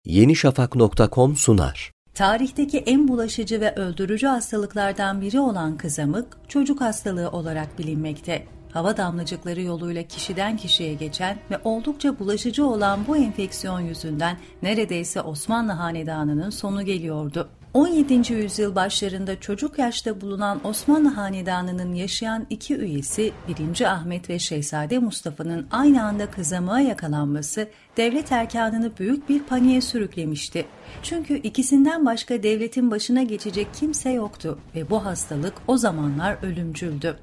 yenişafak.com sunar. Tarihteki en bulaşıcı ve öldürücü hastalıklardan biri olan kızamık, çocuk hastalığı olarak bilinmekte. Hava damlacıkları yoluyla kişiden kişiye geçen ve oldukça bulaşıcı olan bu enfeksiyon yüzünden neredeyse Osmanlı Hanedanı'nın sonu geliyordu. 17. yüzyıl başlarında çocuk yaşta bulunan Osmanlı Hanedanı'nın yaşayan iki üyesi 1. Ahmet ve Şehzade Mustafa'nın aynı anda kızamığa yakalanması devlet erkanını büyük bir paniğe sürüklemişti. Çünkü ikisinden başka devletin başına geçecek kimse yoktu ve bu hastalık o zamanlar ölümcüldü.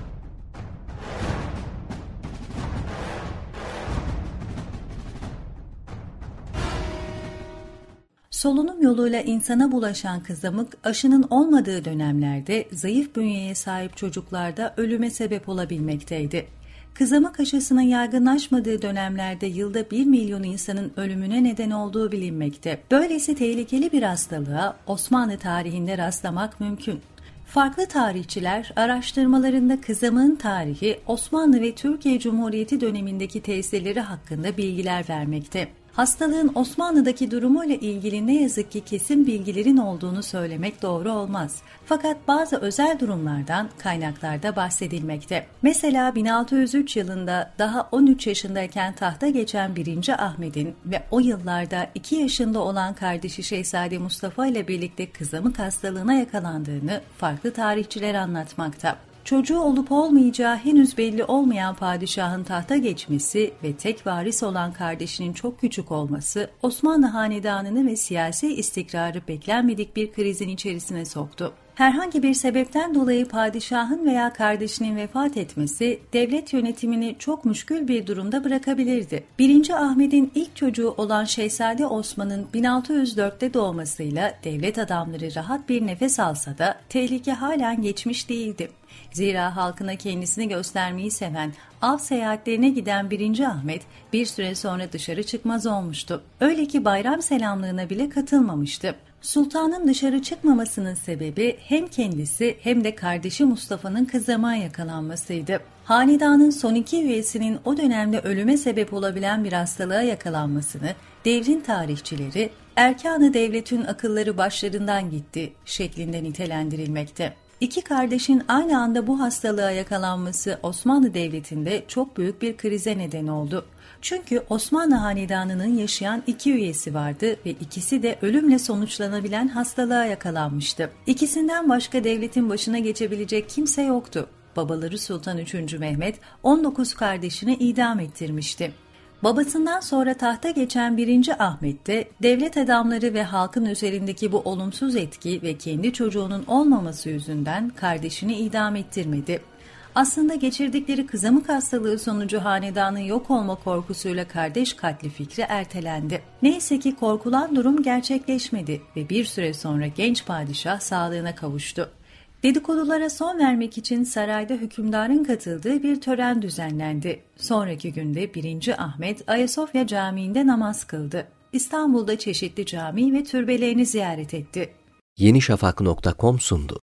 Solunum yoluyla insana bulaşan kızamık, aşının olmadığı dönemlerde zayıf bünyeye sahip çocuklarda ölüme sebep olabilmekteydi. Kızamık aşısının yaygınlaşmadığı dönemlerde yılda 1 milyon insanın ölümüne neden olduğu bilinmekte. Böylesi tehlikeli bir hastalığa Osmanlı tarihinde rastlamak mümkün. Farklı tarihçiler araştırmalarında kızamığın tarihi, Osmanlı ve Türkiye Cumhuriyeti dönemindeki tesirleri hakkında bilgiler vermekte. Hastalığın Osmanlı'daki durumuyla ilgili ne yazık ki kesin bilgilerin olduğunu söylemek doğru olmaz. Fakat bazı özel durumlardan kaynaklarda bahsedilmekte. Mesela 1603 yılında daha 13 yaşındayken tahta geçen 1. Ahmet'in ve o yıllarda 2 yaşında olan kardeşi Şehzade Mustafa ile birlikte kızamık hastalığına yakalandığını farklı tarihçiler anlatmakta. Çocuğu olup olmayacağı henüz belli olmayan padişahın tahta geçmesi ve tek varis olan kardeşinin çok küçük olması Osmanlı Hanedanı'nı ve siyasi istikrarı beklenmedik bir krizin içerisine soktu. Herhangi bir sebepten dolayı padişahın veya kardeşinin vefat etmesi devlet yönetimini çok müşkül bir durumda bırakabilirdi. 1. Ahmet'in ilk çocuğu olan Şehzade Osman'ın 1604'te doğmasıyla devlet adamları rahat bir nefes alsa da tehlike halen geçmiş değildi. Zira halkına kendisini göstermeyi seven, av seyahatlerine giden 1. Ahmet bir süre sonra dışarı çıkmaz olmuştu. Öyle ki bayram selamlığına bile katılmamıştı. Sultanın dışarı çıkmamasının sebebi hem kendisi hem de kardeşi Mustafa'nın kızamığa yakalanmasıydı. Hanedanın son 2 üyesinin o dönemde ölüme sebep olabilen bir hastalığa yakalanmasını devrin tarihçileri "Erkan-ı devletin akılları başlarından gitti" şeklinde nitelendirilmekte. İki kardeşin aynı anda bu hastalığa yakalanması Osmanlı Devleti'nde çok büyük bir krize neden oldu. Çünkü Osmanlı Hanedanı'nın yaşayan 2 üyesi vardı ve ikisi de ölümle sonuçlanabilen hastalığa yakalanmıştı. İkisinden başka devletin başına geçebilecek kimse yoktu. Babaları Sultan 3. Mehmet 19 kardeşini idam ettirmişti. Babasından sonra tahta geçen 1. Ahmet de devlet adamları ve halkın üzerindeki bu olumsuz etki ve kendi çocuğunun olmaması yüzünden kardeşini idam ettirmedi. Aslında geçirdikleri kızamık hastalığı sonucu hanedanın yok olma korkusuyla kardeş katli fikri ertelendi. Neyse ki korkulan durum gerçekleşmedi ve bir süre sonra genç padişah sağlığına kavuştu. Dedikodulara son vermek için sarayda hükümdarın katıldığı bir tören düzenlendi. Sonraki günde 1. Ahmet Ayasofya Camii'nde namaz kıldı. İstanbul'da çeşitli cami ve türbelerini ziyaret etti. yenişafak.com sundu.